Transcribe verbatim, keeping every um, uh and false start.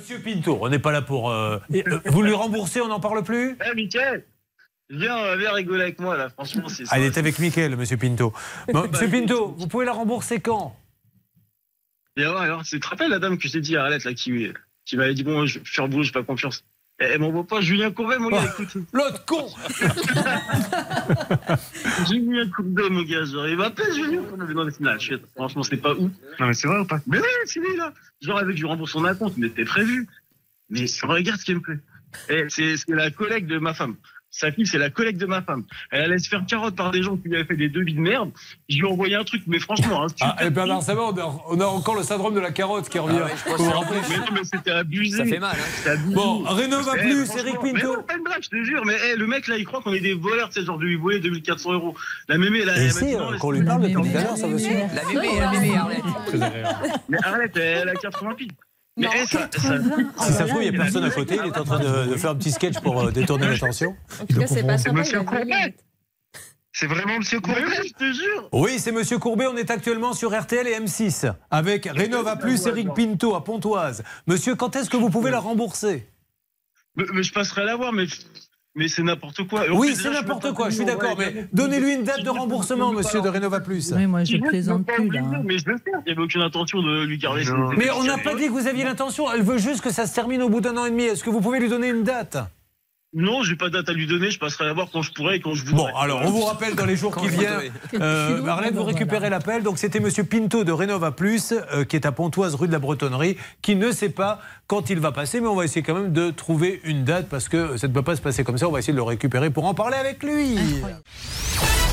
Monsieur Pinto, on n'est pas là pour... Euh... euh, vous lui remboursez, on n'en parle plus? Eh, Mickaël, viens, viens rigoler avec moi, là. Franchement, c'est ça. Ah, il est avec Mickaël, Monsieur Pinto. Bon, Monsieur Pinto, vous pouvez la rembourser quand? Et alors, alors, tu te rappelles la dame que je t'ai dit, Arlette, là, qui, qui m'avait dit, bon, je vais faire le boulot, j'ai pas confiance. Elle m'envoie pas Julien Courbet, mon gars, oh, écoute. L'autre con. Julien Courbet, mon gars, genre, il m'appelle Julien Courbet. Non, mais là, je, franchement, c'est pas où. Non, mais c'est vrai ou pas? Mais oui, c'est lui, là. Genre, avec, je lui rembourse son acompte, mais c'était prévu. Mais regarde ce qui me plaît. Et c'est la collègue de ma femme. Sa fille, c'est la collègue de ma femme. Elle allait se faire carotte par des gens qui lui avaient fait des devis de merde. Je lui ai envoyé un truc, mais franchement... Hein, ah, et Bernard Sabat, on a, on a encore le syndrome de la carotte qui revient. Ah ouais, vous vous rappelez? Mais non, mais c'était abusé. Ça fait mal. Hein. Abusé. Bon, Rénova eh, plus, Eric Pinto. Mais non, pas une blague, je te jure. Mais hey, le mec, là, il croit qu'on est des voleurs. Tu sais, genre, de lui voler deux mille quatre cents euros. La mémé, là... Et si, euh, qu'on lui parle depuis tout à l'heure, ça veut suivre. La mémé, la mémé, Arlette. Très agréable. Mais Arlette, elle a quatre-vingts piles. Mais non, hey, ça, ça... Si ça se trouve, il n'y a personne à côté. Il est en train de, de faire un petit sketch pour euh, détourner l'attention. En tout cas, c'est pas sympa. Monsieur Courbet. C'est vraiment Monsieur Courbet, je te jure. Oui, c'est Monsieur Courbet. On est actuellement sur R T L et M six avec Rénova plus, Eric Pinto à Pontoise. Monsieur, quand est-ce que vous pouvez la rembourser? mais, mais je passerai la voir, mais... Mais c'est n'importe quoi. Oui, c'est n'importe quoi, je suis d'accord, mais donnez-lui une date de remboursement, monsieur de Rénova plus. Oui, moi je ne plaisante plus là. Mais je le sais, il n'y avait aucune intention de lui garder. Mais on n'a pas dit que vous aviez l'intention, elle veut juste que ça se termine au bout d'un an et demi. Est-ce que vous pouvez lui donner une date? Non, j'ai pas de date à lui donner, je passerai la voir quand je pourrai et quand je voudrai. Bon, alors on vous rappelle dans les jours qui viennent. Euh, Arlette, vous récupérez l'appel. Donc c'était monsieur Pinto de Rénova plus, euh, qui est à Pontoise, rue de la Bretonnerie, qui ne sait pas quand il va passer, mais on va essayer quand même de trouver une date parce que ça ne peut pas se passer comme ça. On va essayer de le récupérer pour en parler avec lui. Incroyable.